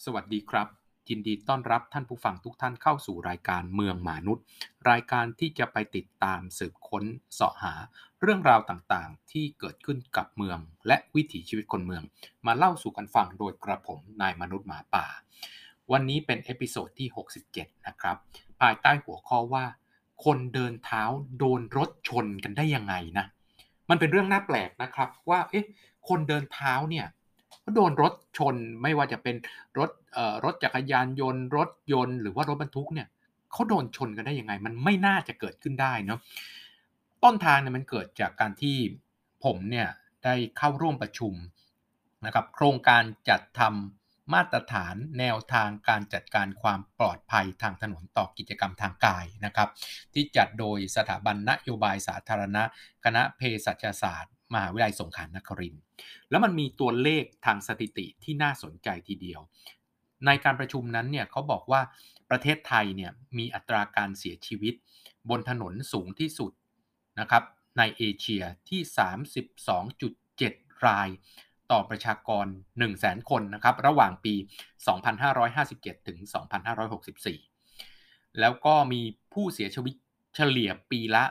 สวัสดีครับยินดีต้อนรับท่านผู้ฟังทุกท่านเข้าสู่รายการเมืองมนุษย์รายการที่จะไปติดตามสืบค้นเสาะหาเรื่องราวต่างๆที่เกิดขึ้นกับเมืองและวิถีชีวิตคนเมืองมาเล่าสู่กันฟังโดยกระผมนายมนุษย์หมาป่าวันนี้เป็นเอพิโซดที่67นะครับภายใต้หัวข้อว่าคนเดินเท้าโดนรถชนกันได้ยังไงนะมันเป็นเรื่องน่าแปลกนะครับว่าคนเดินเท้าเนี่ย ก็โดนรถชนไม่ว่าจะเป็นรถจักรยานยนต์รถยนต์หรือว่ารถบรรทุกเนี่ยเขาโดนชนกันได้ยังไงมันไม่น่าจะเกิดขึ้นได้เนาะต้นทางเนี่ยมันเกิดจากการที่ผมเนี่ยได้เข้าร่วมประชุมนะครับโครงการจัดทำมาตรฐานแนวทางการจัดการความปลอดภัยทางถนนต่อกิจกรรมทางกายนะครับที่จัดโดยสถาบันนโยบายสาธารณะคณะเภสัชศาสตร์มหาวิทยาลัยสงขลานครินทร์ แล้วมันมีตัวเลขทางสถิติที่น่าสนใจทีเดียว ในการประชุมนั้นเนี่ยเขาบอกว่าประเทศไทยเนี่ยมีอัตราการเสียชีวิตบนถนนสูงที่สุดนะครับในเอเชียที่ 32.7 รายต่อประชากร 100,000 คนนะครับระหว่างปี 2557 ถึง 2564 แล้วก็มีผู้เสียชีวิตเฉลี่ยปีละ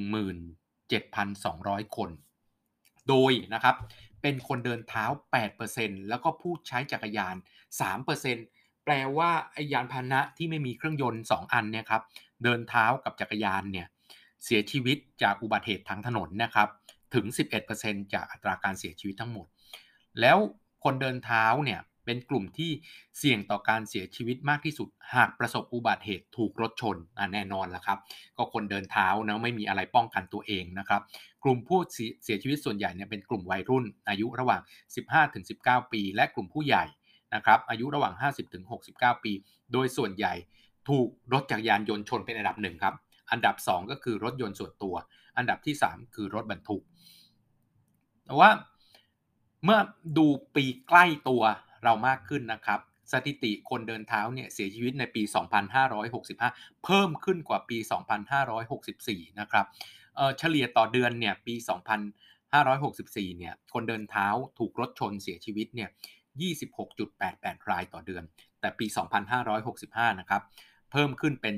17,200 คน โดยนะครับเป็นคนเดินเท้า 8% แล้วก็ผู้ใช้จักรยาน 3%แปลว่าไอ้ยานพาหนะที่ไม่มีเครื่องยนต์2อันเนี่ยครับเดินเท้ากับจักรยานเนี่ยเสียชีวิตจากอุบัติเหตุทางถนนนะครับถึง 11% จากอัตราการเสียชีวิตทั้งหมดแล้วคนเดินเท้าเนี่ยเป็นกลุ่มที่เสี่ยงต่อการเสียชีวิตมากที่สุดหากประสบอุบัติเหตุถูกรถชนแน่นอนละครับก็คนเดินเท้านะไม่มีอะไรป้องกันตัวเองนะครับกลุ่มผู้เสียชีวิตส่วนใหญ่เนี่ยเป็นกลุ่มวัยรุ่นอายุระหว่าง 15-19 ปีและกลุ่มผู้ใหญ่นะครับอายุระหว่าง 50-69 ปีโดยส่วนใหญ่ถูกรถจักรยานยนต์ชนเป็นอันดับหนึ่งครับอันดับ2ก็คือรถยนต์ส่วนตัวอันดับที่3คือรถบรรทุกแต่ว่าเมื่อดูปีใกล้ตัวเรามากขึ้นนะครับสถิติคนเดินเท้าเนี่ยเสียชีวิตในปี 2565 เพิ่มขึ้นกว่าปี 2564 นะครับเฉลี่ยต่อเดือนเนี่ยปี 2564 เนี่ยคนเดินเท้าถูกรถชนเสียชีวิตเนี่ย26.88 รายต่อเดือนแต่ปี 2565 นะครับเพิ่มขึ้นเป็น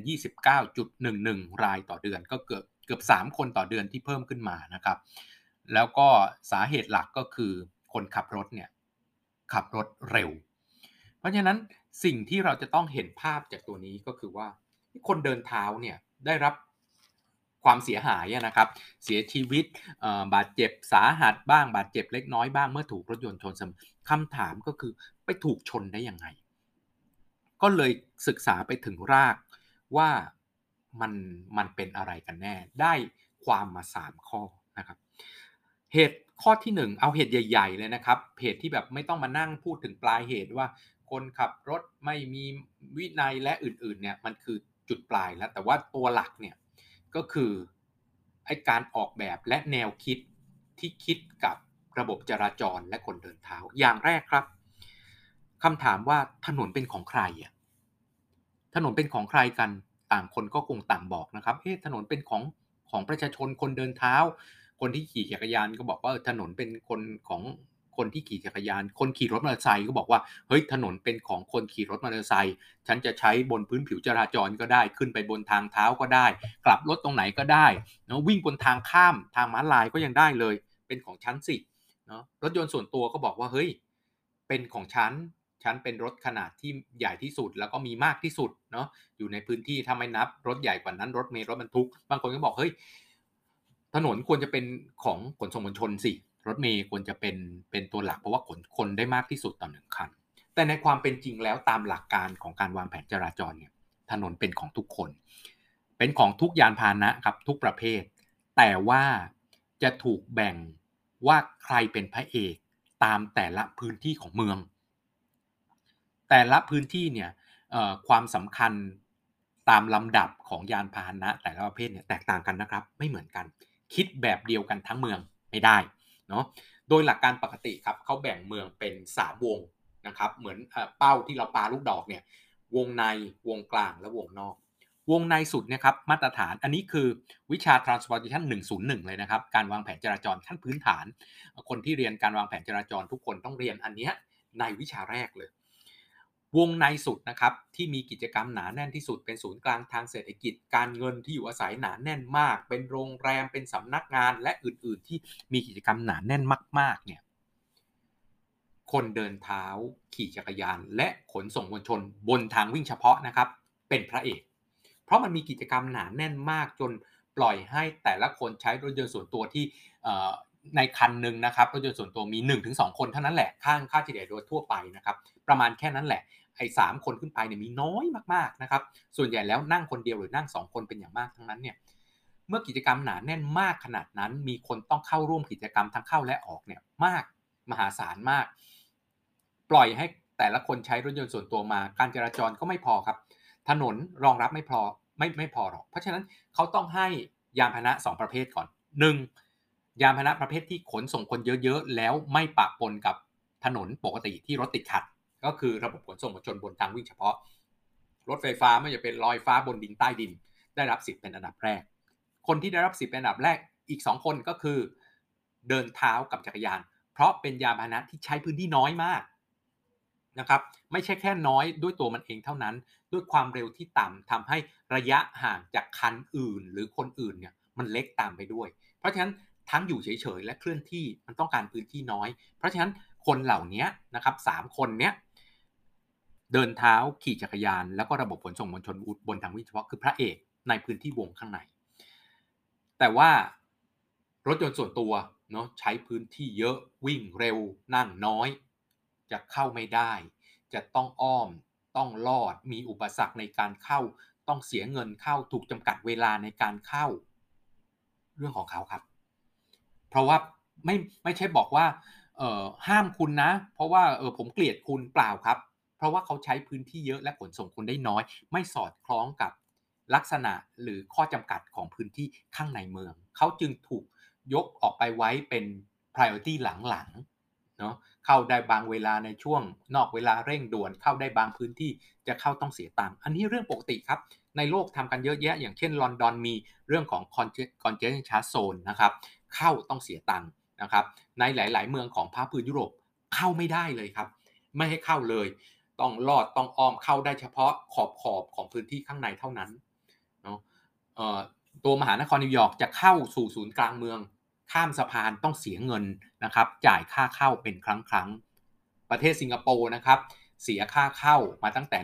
29.11 รายต่อเดือนก็เกือบ3คนต่อเดือนที่เพิ่มขึ้นมานะครับแล้วก็สาเหตุหลักก็คือคนขับรถเนี่ยขับรถเร็วเพราะฉะนั้นสิ่งที่เราจะต้องเห็นภาพจากตัวนี้ก็คือว่าคนเดินเท้าเนี่ยได้รับความเสียหายนะครับเสียชีวิตบาดเจ็บสาหัสบ้างบาดเจ็บเล็กน้อยบ้างเมื่อถูกรถยนต์ชนคำถามก็คือไปถูกชนได้ยังไงก็เลยศึกษาไปถึงรากว่ามันมันเป็นอะไรกันแน่ได้ความมา3ข้อนะครับเหตุข้อที่1เอาเหตุใหญ่ๆเลยนะครับเหตุที่แบบไม่ต้องมานั่งพูดถึงปลายเหตุว่าคนขับรถไม่มีวินัยและอื่นๆเนี่ยมันคือจุดปลายแล้วแต่ว่าตัวหลักเนี่ยก็คือไอ้การออกแบบและแนวคิดที่คิดกับระบบจราจรและคนเดินเท้าอย่างแรกครับคำถามว่าถนนเป็นของใครอะ ถนนเป็นของใครกันต่างคนก็คงต่างบอกนะครับถนนเป็นของประชาชนคนเดินเท้าคนที่ขี่จักรยานก็บอกว่าถนนเป็นคนของคนที่ขี่จักรยานคนขี่รถมอเตอร์ไซค์ก็บอกว่าเฮ้ยถนนเป็นของคนขี่รถมอเตอร์ไซค์ฉันจะใช้บนพื้นผิวจราจรก็ได้ขึ้นไปบนทางเท้าก็ได้กลับรถตรงไหนก็ได้เนาะวิ่งบนทางข้ามทางม้าลายก็ยังได้เลยเป็นของฉันสิเนาะรถยนต์ส่วนตัวก็บอกว่าเฮ้ยเป็นของฉันเป็นรถขนาดที่ใหญ่ที่สุดแล้วก็มีมากที่สุดเนาะอยู่ในพื้นที่ถ้าไม่นับรถใหญ่กว่านั้นรถเมล์รถบรรทุกบางคนก็บอกเฮ้ยถนนควรจะเป็นของขนส่งมวลชนสิรถเมล์ควรจะเป็นตัวหลักเพราะว่าขนคนได้มากที่สุดต่อ1คันแต่ในความเป็นจริงแล้วตามหลักการของการวางแผนจราจรเนี่ยถนนเป็นของทุกคนเป็นของทุกยานพาหนะครับทุกประเภทแต่ว่าจะถูกแบ่งว่าใครเป็นพระเอกตามแต่ละพื้นที่ของเมือง แต่ละพื้นที่เนี่ยความสำคัญตามลำดับของยานพาหนะแต่ละประเภทเนี่ยแตกต่างกันนะครับไม่เหมือนกันคิดแบบเดียวกันทั้งเมืองไม่ได้เนาะโดยหลักการปกติครับเขาแบ่งเมืองเป็น3วงนะครับเหมือนเป้าที่เราปาลูกดอกเนี่ยวงในวงกลางและวงนอกวงในสุดเนี่ยครับมาตรฐานอันนี้คือวิชา transportation 101เลยนะครับการวางแผนจราจรขั้นพื้นฐานคนที่เรียนการวางแผนจราจรทุกคนต้องเรียนอันเนี้ยในวิชาแรกเลยวงในสุดนะครับที่มีกิจกรรมหนาแน่นที่สุดเป็นศูนย์กลางทางเศรษฐกิจการเงินที่อยู่อาศัยหนาแน่นมากเป็นโรงแรมเป็นสำนักงานและอื่นๆที่มีกิจกรรมหนาแน่นมากๆเนี่ยคนเดินเท้าขี่จักรยานและขนส่งมวลชนบนทางวิ่งเฉพาะนะครับเป็นพระเอกเพราะมันมีกิจกรรมหนาแน่นมากจนปล่อยให้แต่ละคนใช้รถยนต์ส่วนตัวที่ในคันหนึ่งนะครับรถยนต์ส่วนตัวมี 1-2 คนเท่านั้นแหละค่าเฉลี่ยโดยทั่วไปนะครับประมาณแค่นั้นแหละไอ้3คนขึ้นไปเนี่ยมีน้อยมากๆนะครับส่วนใหญ่แล้วนั่งคนเดียวหรือนั่ง2คนเป็นอย่างมากทั้งนั้นเนี่ยเมื่อกิจกรรมหนาแน่นมากขนาดนั้นมีคนต้องเข้าร่วมกิจกรรมทั้งเข้าและออกเนี่ยมหาศาลมากปล่อยให้แต่ละคนใช้รถยนต์ส่วนตัวมาการจราจรก็ไม่พอครับถนนรองรับไม่พอหรอกเพราะฉะนั้นเขาต้องให้ยานพาหนะ2ประเภทก่อน1ยานพาหนะประเภทที่ขนส่งคนเยอะๆแล้วไม่ปะปนกับถนนปกติที่รถติดขัดก็คือระบบขนส่งมวลชนบนทางวิ่งเฉพาะรถไฟฟ้าไม่ว่าจะเป็นลอยฟ้าบนดินใต้ดินได้รับสิทธิ์เป็นอันดับแรกคนที่ได้รับสิทธิ์เป็นอันดับแรกอีก2คนก็คือเดินเท้ากับจักรยานเพราะเป็นยานพาหนะที่ใช้พื้นที่น้อยมากนะครับไม่ใช่แค่น้อยด้วยตัวมันเองเท่านั้นด้วยความเร็วที่ต่ำทำให้ระยะห่างจากคันอื่นหรือคนอื่นเนี่ยมันเล็กตามไปด้วยเพราะฉะนั้นทั้งอยู่เฉยๆและเคลื่อนที่มันต้องการพื้นที่น้อยเพราะฉะนั้นคนเหล่านี้นะครับ3คนเนี้ยเดินเท้าขี่จักรยานแล้วก็ระบบขนส่งมวลชนบนทางวิ่งเฉพาะคือพระเอกในพื้นที่วงข้างในแต่ว่ารถยนต์ส่วนตัวเนาะใช้พื้นที่เยอะวิ่งเร็วนั่งน้อยจะเข้าไม่ได้จะต้องอ้อมต้องลอดมีอุปสรรคในการเข้าต้องเสียเงินเข้าถูกจำกัดเวลาในการเข้าเรื่องของเขาครับเพราะว่าไม่ใช่บอกว่าห้ามคุณนะเพราะว่าผมเกลียดคุณเปล่าครับเพราะว่าเขาใช้พื้นที่เยอะและขนส่งคนได้น้อยไม่สอดคล้องกับลักษณะหรือข้อจำกัดของพื้นที่ข้างในเมืองเขาจึงถูกยกออกไปไว้เป็น priority หลังๆเนาะเข้าได้บางเวลาในช่วงนอกเวลาเร่งด่วนเข้าได้บางพื้นที่จะเข้าต้องเสียตังค์อันนี้เรื่องปกติครับในโลกทำกันเยอะแยะอย่างเช่นลอนดอนมีเรื่องของ congestion charge zone นะครับเข้าต้องเสียตังค์นะครับในหลายๆเมืองของภาคพื้นยุโรปเข้าไม่ได้เลยครับไม่ให้เข้าเลยต้องลอดต้องอ้อมเข้าได้เฉพาะขอบของพื้นที่ข้างในเท่านั้นเนาะเอ่อตัวมหานครนิวยอร์กจะเข้าสู่ศูนย์กลางเมืองข้ามสะพานต้องเสียเงินนะครับจ่ายค่าเข้าเป็นครั้งประเทศสิงคโปร์นะครับเสียค่าเข้ามาตั้งแต่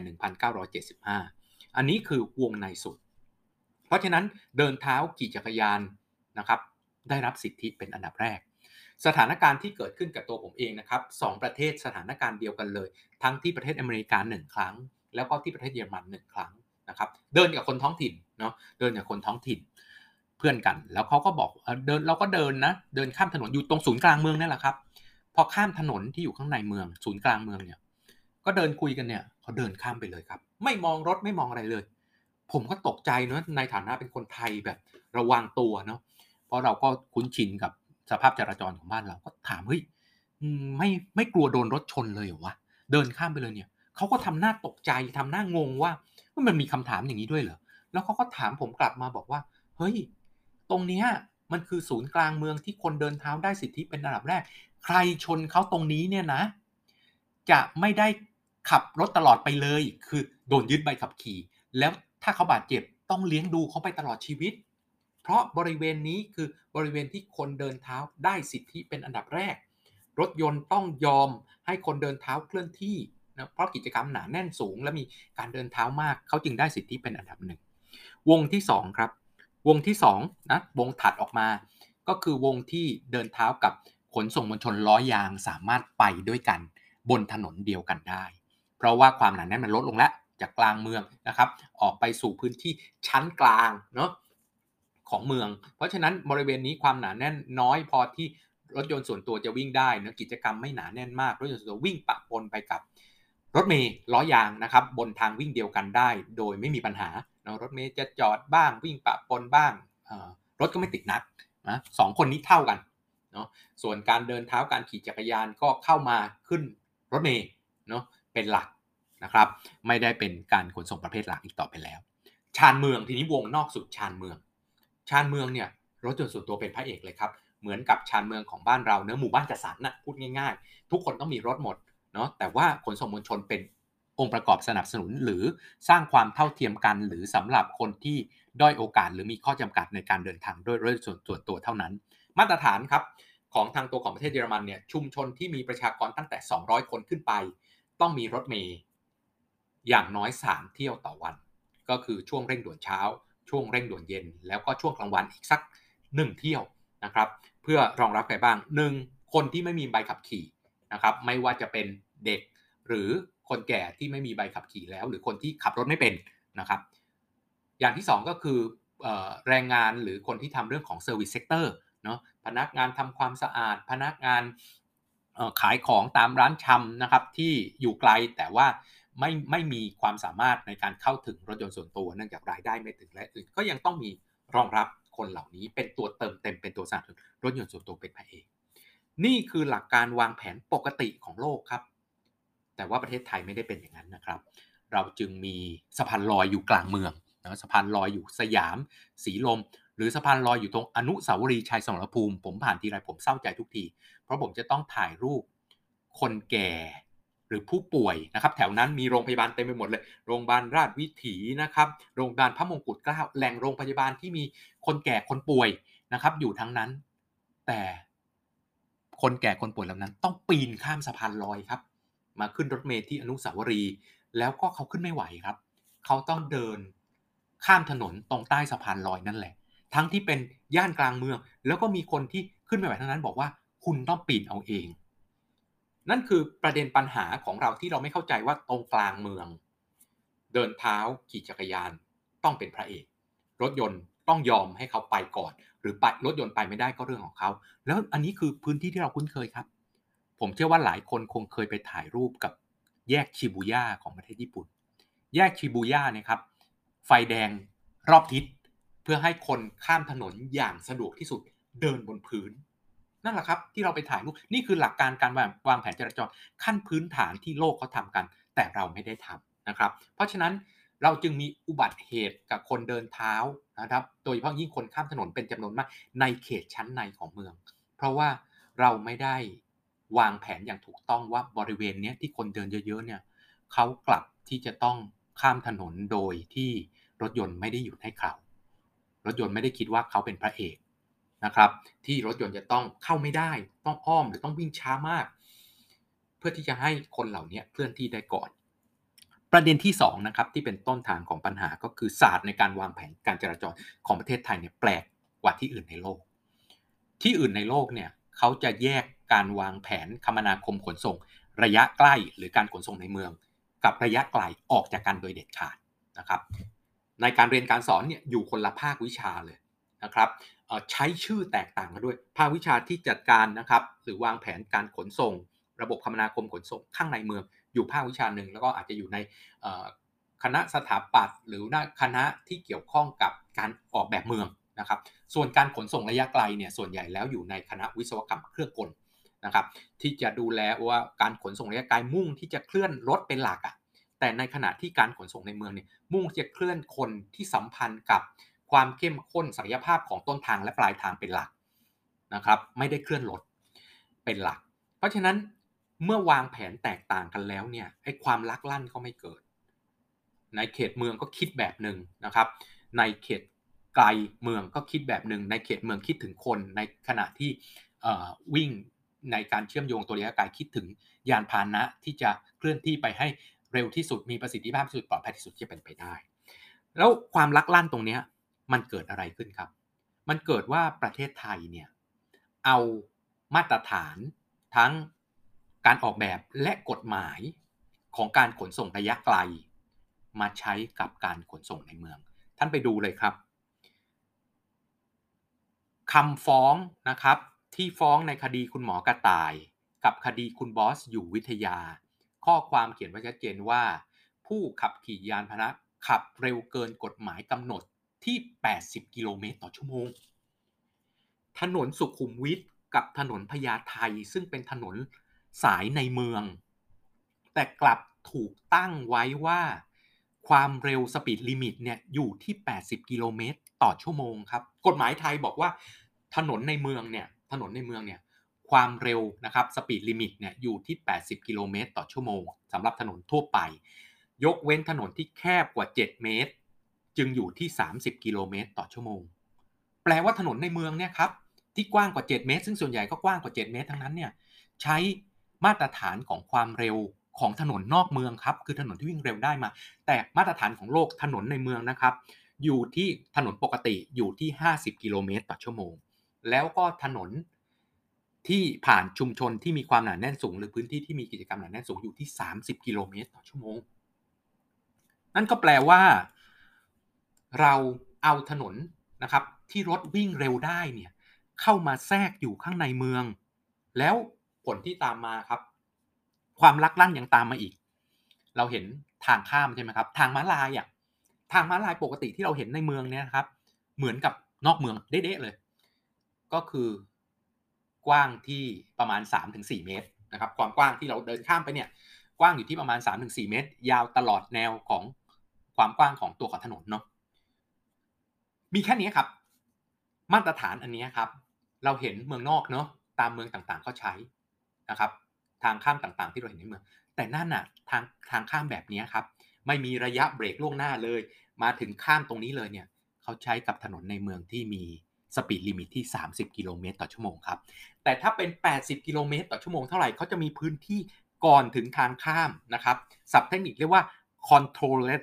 1975อันนี้คือวงในสุดเพราะฉะนั้นเดินเท้าขี่จักรยานนะครับได้รับสิทธิเป็นอันดับแรกสถานการณ์ที่เกิดขึ้นกับตัวผมเองนะครับ2ประเทศสถานการณ์เดียวกันเลยทั้งที่ประเทศอเมริกา1ครั้งแล้วก็ที่ประเทศเยอรมัน1ครั้งนะครับเดินกับคนท้องถิ่นเนาะเดินกับคนท้องถิ่นเพื่อนกันแล้วเขาก็บอกเดินเราก็เดินนะเดินข้ามถนนอยู่ตรงศูนย์กลางเมืองนั่นแหละครับพอข้ามถนนที่อยู่ข้างในเมืองศูนย์กลางเมืองเนี่ยก็เดินคุยกันเนี่ยเขาเดินข้ามไปเลยครับไม่มองรถไม่มองอะไรเลยผมก็ตกใจเนาะในฐานะเป็นคนไทยแบบระวังตัวเนาะเพราะเราก็คุ้นชินกับสภาพจราจรของบ้านเราก็ถามเฮ้ยไม่กลัวโดนรถชนเลยเหรอวะเดินข้ามไปเลยเนี่ยเขาก็ทำหน้าตกใจทำหน้างงว่ามันมีคำถามอย่างนี้ด้วยเหรอแล้วเขาก็ถามผมกลับมาบอกว่าเฮ้ยตรงเนี้ยมันคือศูนย์กลางเมืองที่คนเดินเท้าได้สิทธิเป็นอันดับแรกใครชนเขาตรงนี้เนี่ยนะจะไม่ได้ขับรถตลอดไปเลยคือโดนยึดใบขับขี่แล้วถ้าเขาบาดเจ็บต้องเลี้ยงดูเขาไปตลอดชีวิตเพราะบริเวณนี้คือบริเวณที่คนเดินเท้าได้สิทธิเป็นอันดับแรกรถยนต์ต้องยอมให้คนเดินเท้าเคลื่อนที่นะเพราะกิจกรรมหนาแน่นสูงและมีการเดินเท้ามากเขาจึงได้สิทธิเป็นอันดับหนึ่งวงที่2ครับวงที่2นะวงถัดออกมาก็คือวงที่เดินเท้ากับขนส่งมวลชนล้อยางสามารถไปด้วยกันบนถนนเดียวกันได้เพราะว่าความหนาแน่นมันลดลงแล้วจากกลางเมืองนะครับออกไปสู่พื้นที่ชั้นกลางเนาะของเมืองเพราะฉะนั้นบริเวณนี้ความหนาแน่นน้อยพอที่รถยนต์ส่วนตัวจะวิ่งได้นะกิจกรรมไม่หนาแน่นมากรถยนต์ส่วนตัววิ่งปะปนไปกับรถเมล์ล้อยางนะครับบนทางวิ่งเดียวกันได้โดยไม่มีปัญหานะรถเมล์จะจอดบ้างวิ่งปะปนบ้างรถก็ไม่ติดนักนะสองคนนี้เท่ากันเนาะส่วนการเดินเท้าการขี่จักรยานก็เข้ามาขึ้นรถเมล์เนาะเป็นหลักนะครับไม่ได้เป็นการขนส่งประเภทหลักอีกต่อไปแล้วชานเมืองทีนี้วงนอกสุดชานเมืองเนี่ยรถยนต์ส่วนตัวเป็นพระเอกเลยครับเหมือนกับชานเมืองของบ้านเราเนื้อหมู่บ้านจัดสรรน่ะพูดง่ายๆทุกคนต้องมีรถหมดเนาะแต่ว่าขนส่งมวลชนเป็นองค์ประกอบสนับสนุนหรือสร้างความเท่าเทียมกันหรือสำหรับคนที่ด้อยโอกาสหรือมีข้อจำกัดในการเดินทางด้วยส่วนตัวเท่านั้นมาตรฐานครับของทางตัวของประเทศเยอรมันเนี่ยชุมชนที่มีประชากรตั้งแต่200คนขึ้นไปต้องมีรถเมล์อย่างน้อย3เที่ยวต่อวันก็คือช่วงเร่งด่วนเช้าช่วงเร่งด่วนเย็นแล้วก็ช่วงกลางวันอีกสัก1เที่ยวนะครับเพื่อรองรับใครบ้าง1คนที่ไม่มีใบขับขี่นะครับไม่ว่าจะเป็นเด็กหรือคนแก่ที่ไม่มีใบขับขี่แล้วหรือคนที่ขับรถไม่เป็นนะครับอย่างที่2ก็คือแรงงานหรือคนที่ทำเรื่องของ Service Sector เนาะพนักงานทำความสะอาดพนักงานขายของตามร้านชำนะครับที่อยู่ไกลแต่ว่าไม่มีความสามารถในการเข้าถึงรถยนต์ส่วนตัวเนื่องจากรายได้ไม่ถึงและอื่นก็ยังต้องมีรองรับคนเหล่านี้เป็นตัวเติมเต็มเป็นตัวสนับสนุนรถยนต์ส่วนตัวเป็นพระเอกนี่คือหลักการวางแผนปกติของโลกครับแต่ว่าประเทศไทยไม่ได้เป็นอย่างนั้นนะครับเราจึงมีสะพานลอยอยู่กลางเมืองนะสะพานลอยอยู่สยามสีลมหรือสะพานลอยอยู่ตรงอนุสาวรีย์ชัยสมรภูมิผมผ่านทีไรผมเศร้าใจทุกทีเพราะผมจะต้องถ่ายรูปคนแก่หรือผู้ป่วยนะครับแถวนั้นมีโรงพยาบาลเต็มไปหมดเลยโรงพยาบาลราชวิถีนะครับโรงพยาบาลพระมงกุฎเกล้าแหล่งโรงพยาบาลที่มีคนแก่คนป่วยนะครับอยู่ทั้งนั้นแต่คนแก่คนป่วยเหล่านั้นต้องปีนข้ามสะพานลอยครับมาขึ้นรถเมล์ที่อนุสาวรีย์แล้วก็เขาขึ้นไม่ไหวครับเขาต้องเดินข้ามถนนตรงใต้สะพานลอยนั่นแหละทั้งที่เป็นย่านกลางเมืองแล้วก็มีคนที่ขึ้นไม่ไหวทั้งนั้นบอกว่าคุณต้องปีนเอาเองนั่นคือประเด็นปัญหาของเราที่เราไม่เข้าใจว่าตรงกลางเมืองเดินเท้าขี่จักรยานต้องเป็นพระเอกรถยนต์ต้องยอมให้เขาไปก่อนหรือไปรถยนต์ไปไม่ได้ก็เรื่องของเขาแล้วอันนี้คือพื้นที่ที่เราคุ้นเคยครับผมเชื่อว่าหลายคนคงเคยไปถ่ายรูปกับแยกชิบูย่าของประเทศญี่ปุ่นแยกชิบูย่าเนี่ยครับไฟแดงรอบทิศเพื่อให้คนข้ามถนนอย่างสะดวกที่สุดเดินบนพื้น นั่นแหละครับที่เราไปถ่ายรูปนี่คือหลักการการวางแผนจราจรขั้นพื้นฐานที่โลกเขาทำกันแต่เราไม่ได้ทำนะครับเพราะฉะนั้นเราจึงมีอุบัติเหตุกับคนเดินเท้านะครับโดยเฉพาะยิ่งคนข้ามถนนเป็นจำนวนมากในเขตชั้นในของเมืองเพราะว่าเราไม่ได้วางแผนอย่างถูกต้องว่าบริเวณนี้ที่คนเดินเยอะๆเนี่ยเขากลับที่จะต้องข้ามถนนโดยที่รถยนต์ไม่ได้หยุดให้เขารถยนต์ไม่ได้คิดว่าเขาเป็นพระเอก นะครับที่รถยนต์จะต้องเข้าไม่ได้ต้องอ้อมหรือต้องวิ่งช้ามากเพื่อที่จะให้คนเหล่านี้เคลื่อนที่ได้ก่อนประเด็นที่2นะครับที่เป็นต้นทางของปัญหาก็คือศาสตร์ในการวางแผนการจราจรของประเทศไทยเนี่ยแปลกกว่าที่อื่นในโลกที่อื่นในโลกเนี่ยเขาจะแยกการวางแผนคมนาคมขนส่งระยะใกล้หรือการขนส่งในเมืองกับระยะไกลออกจากกันโดยเด็ดขาดนะครับในการเรียนการสอนเนี่ยอยู่คนละภาควิชาเลยนะครับใช้ชื่อแตกต่างกันด้วยภาควิชาที่จัดการนะครับหรือวางแผนการขนส่งระบบคมนาคมขนส่งข้างในเมืองอยู่ภาควิชาหนึ่งแล้วก็อาจจะอยู่ในคณะสถาปัตย์หรือคณะที่เกี่ยวข้องกับการออกแบบเมืองนะครับส่วนการขนส่งระยะไกลเนี่ยส่วนใหญ่แล้วอยู่ในคณะวิศวกรรมเครื่องกลนะครับที่จะดูแลว่าการขนส่งระยะไกลมุ่งที่จะเคลื่อนรถเป็นหลักแต่ในขณะที่การขนส่งในเมืองเนี่ยมุ่งจะเคลื่อนคนที่สัมพันธ์กับความเข้มข้นศักยภาพของต้นทางและปลายทางเป็นหลักนะครับไม่ได้เคลื่อนรถเป็นหลักเพราะฉะนั้นเมื่อวางแผนแตกต่างกันแล้วเนี่ยไอ้ความลักลั่นก็ไม่เกิดในเขตเมืองก็คิดแบบหนึ่งนะครับในเขตไกลเมืองก็คิดแบบหนึ่งในเขตเมืองคิดถึงคนในขณะที่วิ่งในการเชื่อมโยงตัวระยะไกลคิดถึงยานพาหนะที่จะเคลื่อนที่ไปให้เร็วที่สุดมีประสิทธิภาพที่สุดปลอดภัยที่สุดที่จะเป็นไปได้แล้วความลักลั่นตรงนี้มันเกิดอะไรขึ้นครับมันเกิดว่าประเทศไทยเนี่ยเอามาตรฐานทั้งการออกแบบและกฎหมายของการขนส่งระยะไกลมาใช้กับการขนส่งในเมืองท่านไปดูเลยครับคำฟ้องนะครับที่ฟ้องในคดีคุณหมอกระต่ายกับคดีคุณบอสอยู่วิทยาข้อความเขียนไว้ชัดเจนว่าผู้ขับขี่ยานพาหนะขับเร็วเกินกฎหมายกำหนดที่80กิโลเมตรต่อชั่วโมงถนนสุขุมวิทกับถนนพญาไทซึ่งเป็นถนนสายในเมืองแต่กลับถูกตั้งไว้ว่าความเร็วสปีดลิมิตเนี่ยอยู่ที่80กิโลเมตรต่อชั่วโมงครับกฎหมายไทยบอกว่าถนนในเมืองเนี่ยความเร็วนะครับสปีดลิมิตเนี่ยอยู่ที่80กิโลเมตรต่อชั่วโมงสำหรับถนนทั่วไปยกเว้นถนนที่แคบกว่า7เมตรจึงอยู่ที่30กิโลเมตรต่อชั่วโมงแปลว่าถนนในเมืองเนี่ยครับที่กว้างกว่า7เมตรซึ่งส่วนใหญ่ก็กว้างกว่า7เมตรทั้งนั้นเนี่ยใช้มาตรฐานของความเร็วของถนนนอกเมืองครับคือถนนที่วิ่งเร็วได้มาแต่มาตรฐานของโลกถนนในเมืองนะครับอยู่ที่ถนนปกติอยู่ที่50กิโลเมตรต่อชั่วโมงแล้วก็ถนนที่ผ่านชุมชนที่มีความหนาแน่นสูงหรือพื้นที่ที่มีกิจกรรมหนาแน่นสูงอยู่ที่30กิโลเมตรต่อชั่วโมงนั่นก็แปลว่าเราเอาถนนนะครับที่รถวิ่งเร็วได้เนี่ยเข้ามาแทรกอยู่ข้างในเมืองแล้วผลที่ตามมาครับความลักลั่นยังตามมาอีกเราเห็นทางข้ามใช่ไหมครับทางม้าลายอะทางม้าลายปกติที่เราเห็นในเมืองเนี่ยนะครับเหมือนกับนอกเมืองเด๊ะๆเลยก็คือกว้างที่ประมาณ3-4เมตรนะครับความกว้างที่เราเดินข้ามไปเนี่ยกว้างอยู่ที่ประมาณ3-4เมตรยาวตลอดแนวของความกว้างของตัวของถนนเนาะ มีแค่นี้ครับมาตรฐานอันนี้ครับเราเห็นเมืองนอกเนาะตามเมืองต่างๆก็ใช้นะครับทางข้ามต่างๆที่เราเห็นในเมืองแต่นั่นน่ะทางข้ามแบบนี้ครับไม่มีระยะเบรกล่วงหน้าเลยมาถึงข้ามตรงนี้เลยเนี่ยเขาใช้กับถนนในเมืองที่มีสปีดลิมิตที่30กิโลเมตรต่อชั่วโมงครับแต่ถ้าเป็น80กิโลเมตรต่อชั่วโมงเท่าไหร่เขาจะมีพื้นที่ก่อนถึงทางข้ามนะครับศัพท์เทคนิคเรียกว่า controlled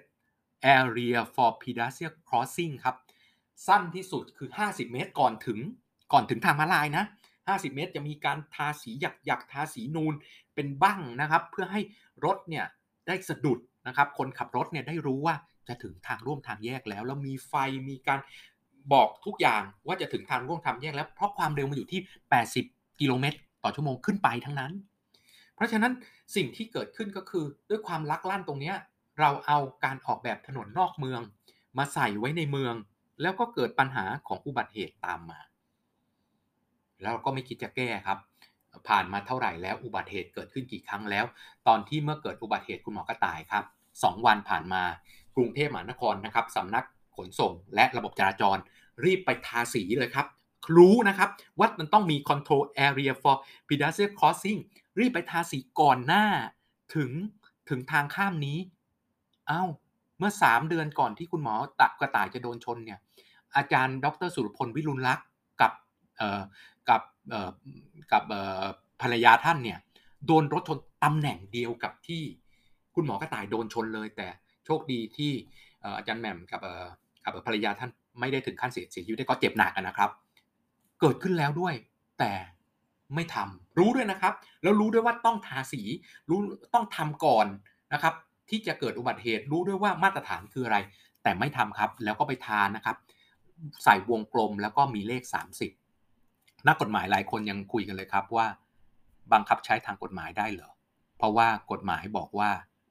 area for pedestrian crossing ครับสั้นที่สุดคือ50เมตรก่อนถึงทางม้าลายนะ50เมตรจะมีการทาสีหยักๆทาสีนูนเป็นบั้งนะครับเพื่อให้รถเนี่ยได้สะดุดนะครับคนขับรถเนี่ยได้รู้ว่าจะถึงทางร่วมทางแยกแล้วมีไฟมีการบอกทุกอย่างว่าจะถึงทางร่วมทางแยกแล้วเพราะความเร็วมันอยู่ที่80กิโลเมตรต่อชั่วโมงขึ้นไปทั้งนั้นเพราะฉะนั้นสิ่งที่เกิดขึ้นก็คือด้วยความลักลั่นตรงนี้เราเอาการออกแบบถนนนอกเมืองมาใส่ไว้ในเมืองแล้วก็เกิดปัญหาของอุบัติเหตุตามมาแล้วก็ไม่คิดจะแก้ครับผ่านมาเท่าไหร่แล้วอุบัติเหตุเกิดขึ้นกี่ครั้งแล้วตอนที่เมื่อเกิดอุบัติเหตุคุณหมอกระต่ายครับ2วันผ่านมากรุงเทพมหานครนะครับสำนักขนส่งและระบบจราจรรีบไปทาสีเลยครับรู้นะครับว่ามันต้องมี control area for pedestrian crossing รีบไปทาสีก่อนหน้าถึงถึงทางข้ามนี้อ้าวเมื่อ3เดือนก่อนที่คุณหมอกระต่ายจะโดนชนเนี่ยอาจารย์ดรสุรพลวิรุณลักษณ์กับเอ่อกับเอ่อภรรยาท่านเนี่ยโดนรถชนตำแหน่งเดียวกับที่คุณหมอกระต่ายโดนชนเลยแต่โชคดีที่อาจารย์แหม่มกับภรรยาท่านไม่ได้ถึงขั้นเสียชีวิตได้ก็เจ็บหนักนะครับเกิดขึ้นแล้วด้วยแต่ไม่ทำรู้ด้วยนะครับแล้วรู้ด้วยว่าต้องทาสีรู้ต้องทำก่อนนะครับที่จะเกิดอุบัติเหตุรู้ด้วยว่ามาตรฐานคืออะไรแต่ไม่ทำครับแล้วก็ไปทานะครับใส่วงกลมแล้วก็มีเลข30นักกฎหมายหลายคนยังคุยกันเลยครับว่าบังคับใช้ทางกฎหมายได้เหรอเพราะว่ากฎหมายบอกว่า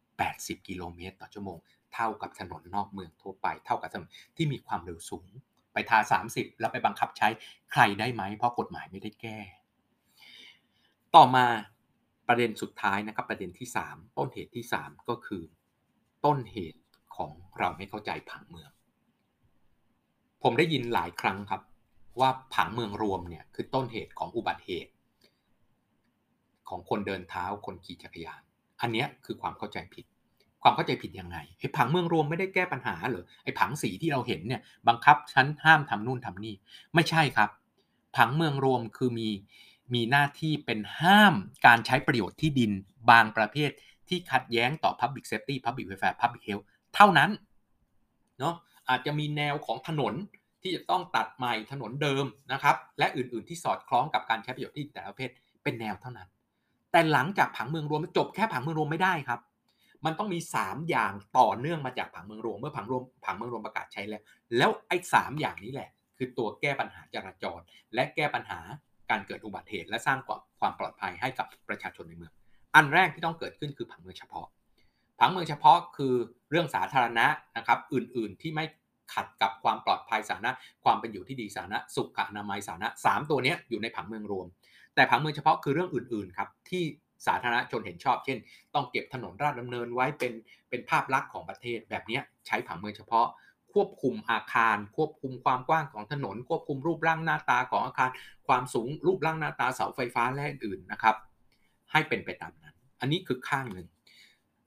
80กิโลเมตรต่อชั่วโมงเท่ากับถนนนอกเมืองทั่วไปเท่ากับถนนที่มีความเร็วสูงไปทา30แล้วไปบังคับใช้ใครได้ไหมเพราะกฎหมายไม่ได้แก้ต่อมาประเด็นสุดท้ายนะครับประเด็นที่3ต้นเหตุที่3ก็คือต้นเหตุของเราไม่เข้าใจผังเมืองผมได้ยินหลายครั้งครับว่าผังเมืองรวมเนี่ยคือต้นเหตุของอุบัติเหตุของคนเดินเท้าคนขี่จักรยานอันนี้คือความเข้าใจผิดความเข้าใจผิดยังไงไอ้ผังเมืองรวมไม่ได้แก้ปัญหาเหรอไอ้ผังสีที่เราเห็นเนี่ยบังคับฉันห้ามทำนู่นทำนี่ไม่ใช่ครับผังเมืองรวมคือมีหน้าที่เป็นห้ามการใช้ประโยชน์ที่ดินบางประเภทที่ขัดแย้งต่อ Public Safety Public Welfare Public Health เท่านั้นเนาะอาจจะมีแนวของถนนที่จะต้องตัดใหม่ถนนเดิมนะครับและอื่นๆที่สอดคล้องกับการใช้ประโยชน์ที่แต่ละประเภทเป็นแนวเท่านั้นแต่หลังจากผังเมืองรวมจบแค่ผังเมืองรวมไม่ได้ครับมันต้องมี3อย่างต่อเนื่องมาจากผังเมืองรวมเมื่อผังเมืองรวมประกาศใช้แล้วไอ้3อย่างนี้แหละคือตัวแก้ปัญหาจราจรและแก้ปัญหาการเกิดอุบัติเหตุและสร้างความปลอดภัยให้กับประชาชนในเมืองอันแรกที่ต้องเกิดขึ้นคือผังเมืองเฉพาะผังเมืองเฉพาะคือเรื่องสาธารณะนะครับอื่นๆที่ไม่ขัดกับความปลอดภัยสาธารณะความเป็นอยู่ที่ดีสาธารณะสุขอนามัยสาธารณะ3ตัวนี้อยู่ในผังเมืองรวมแต่ผังเมืองเฉพาะคือเรื่องอื่นๆครับที่สาธารณชนเห็นชอบเช่นต้องเก็บถนนราษฎร์ดำเนินไว้เป็นภาพลักษณ์ของประเทศแบบนี้ใช้ผังเมืองเฉพาะควบคุมอาคารควบคุมความกว้างของถนนควบคุมรูปร่างหน้าตาของอาคารความสูงรูปร่างหน้าตาเสาไฟฟ้าและอื่นๆนะครับให้เป็นไปตามนั้นอันนี้คือข้างหนึ่ง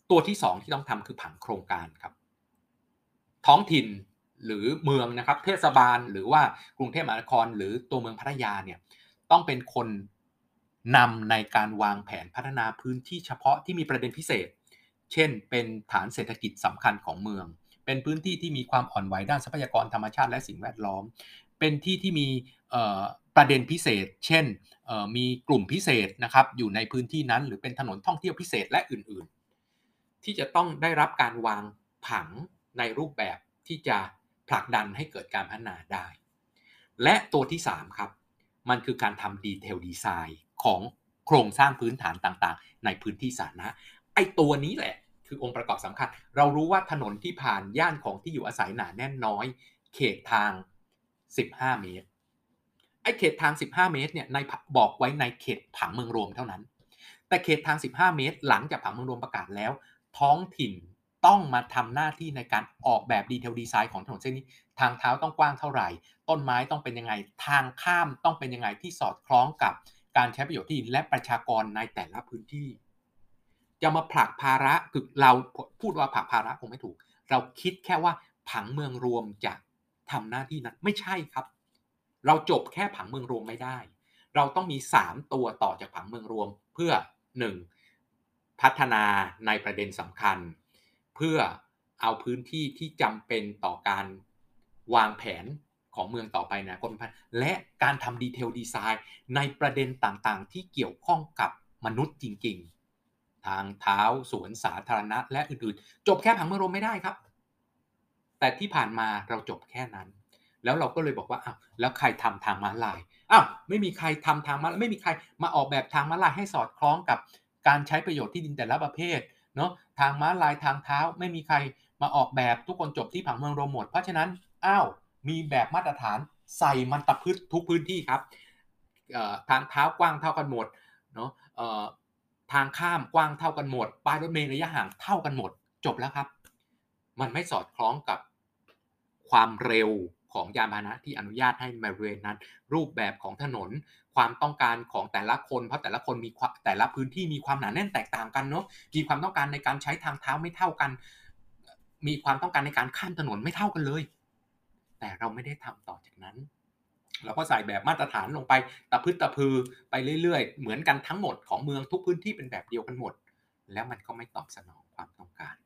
ตัวที่2ที่ต้องทำคือผังโครงการครับท้องถิ่นหรือเมืองนะครับเทศบาลหรือว่ากรุงเทพมหานครหรือตัวเมืองพัทยาเนี่ยต้องเป็นคนนำในการวางแผนพัฒนาพื้นที่เฉพาะที่มีประเด็นพิเศษเช่นเป็นฐานเศรษฐกิจสำคัญของเมืองเป็นพื้นที่ที่มีความอ่อนไหวด้านทรัพยากรธรรมชาติและสิ่งแวดล้อมเป็นที่ที่มีประเด็นพิเศษเช่นมีกลุ่มพิเศษนะครับอยู่ในพื้นที่นั้นหรือเป็นถนนท่องเที่ยวพิเศษและอื่นๆที่จะต้องได้รับการวางผังในรูปแบบที่จะผลักดันให้เกิดการพัฒนาได้และตัวที่3ครับมันคือการทำดีเทลดีไซน์ของโครงสร้างพื้นฐานต่างๆในพื้นที่สาธารณะไอ้ตัวนี้แหละคือองค์ประกอบสำคัญเรารู้ว่าถนนที่ผ่านย่านของที่อยู่อาศัยหนาแน่นน้อยเขตทาง15เมตรไอ้เขตทาง15เมตรเนี่ยในบอกไว้ในเขตผังเมืองรวมเท่านั้นแต่เขตทาง15เมตรหลังจากผังเมืองรวมประกาศแล้วท้องถิ่นต้องมาทำหน้าที่ในการออกแบบดีเทลดีไซน์ของถนนเส้นนี้ทางเท้าต้องกว้างเท่าไหร่ต้นไม้ต้องเป็นยังไงทางข้ามต้องเป็นยังไงที่สอดคล้องกับการใช้ประโยชน์ที่ดินและประชากรในแต่ละพื้นที่จะมาผลักภาระคือเราพูดว่าผลักภาระคงไม่ถูกเราคิดแค่ว่าผังเมืองรวมจะทำหน้าที่นั้นไม่ใช่ครับเราจบแค่ผังเมืองรวมไม่ได้เราต้องมี3ตัวต่อจากผังเมืองรวมเพื่อ1พัฒนาในประเด็นสำคัญเพื่อเอาพื้นที่ที่จำเป็นต่อการวางแผนของเมืองต่อไปในอนาคตและการทำดีเทลดีไซน์ในประเด็นต่างๆที่เกี่ยวข้องกับมนุษย์จริงๆทางเท้าสวนสาธารณะและอื่นๆจบแค่ผังเมืองรวมไม่ได้ครับแต่ที่ผ่านมาเราจบแค่นั้นแล้วเราก็เลยบอกว่าอ้าวแล้วใครทำทางม้าลายอ้าวไม่มีใครทำทางม้าลายไม่มีใครมาออกแบบทางม้าลายให้สอดคล้องกับการใช้ประโยชน์ที่ดินแต่ละประเภทเนาะทางม้าลายทางเท้าไม่มีใครมาออกแบบทุกคนจบที่ผังเมืองรวมหมดเพราะฉะนั้นอ้าวมีแบบมาตรฐานใส่มันตะพืชทุกพื้นที่ครับทางเท้ากว้างเท่ากันหมดเนาะทางข้ามกว้างเท่ากันหมดป้ายรถเมล์ระยะห่างเท่ากันหมดจบแล้วครับมันไม่สอดคล้องกับความเร็วของยานพาหนะที่อนุญาตให้บริเวณนั้นรูปแบบของถนนความต้องการของแต่ละคนเพราะแต่ละคนมีแต่ละพื้นที่มีความหนาแน่นแตกต่างกันเนาะมีความต้องการในการใช้ทางเท้าไม่เท่ากันมีความต้องการในการข้ามถนนไม่เท่ากันเลยแต่เราไม่ได้ทำต่อจากนั้นเราก็ใส่แบบมาตรฐานลงไปตะพึดตะพือไปเรื่อยๆเหมือนกันทั้งหมดของเมืองทุกพื้นที่เป็นแบบเดียวกันหมดแล้วมันก็ไม่ตอบสนองความต้องการ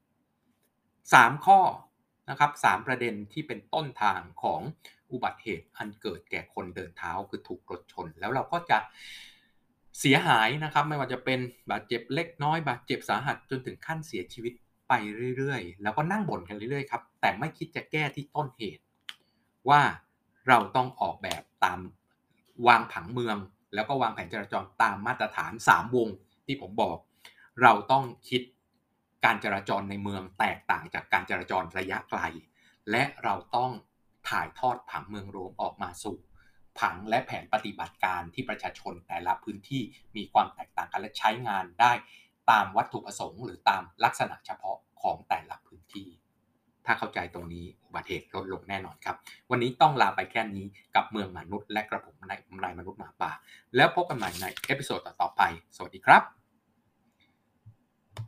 3ข้อนะครับ3ประเด็นที่เป็นต้นทางของอุบัติเหตุอันเกิดแก่คนเดินเท้าคือถูกรถชนแล้วเราก็จะเสียหายนะครับไม่ว่าจะเป็นบาดเจ็บเล็กน้อยบาดเจ็บสาหัสจนถึงขั้นเสียชีวิตไปเรื่อยๆแล้วก็นั่งบ่นกันเรื่อยๆครับแต่ไม่คิดจะแก้ที่ต้นเหตุว่าเราต้องออกแบบตามวางผังเมืองแล้วก็วางแผนจราจรตามมาตรฐาน3วงที่ผมบอกเราต้องคิดการจราจรในเมืองแตกต่างจากการจราจรระยะไกลและเราต้องถ่ายทอดผังเมืองรวมออกมาสู่ผังและแผนปฏิบัติการที่ประชาชนแต่ละพื้นที่มีความแตกต่างกันและใช้งานได้ตามวัตถุประสงค์หรือตามลักษณะเฉพาะของแต่ละพื้นที่ถ้าเข้าใจตรงนี้อุบัติเหตุลดลงแน่นอนครับวันนี้ต้องลาไปแค่นี้กับเมืองมนุษย์และกระผมนายมนุษย์หมาป่าแล้วพบกันใหม่ในเอพิโซดต่อๆไปสวัสดีครับ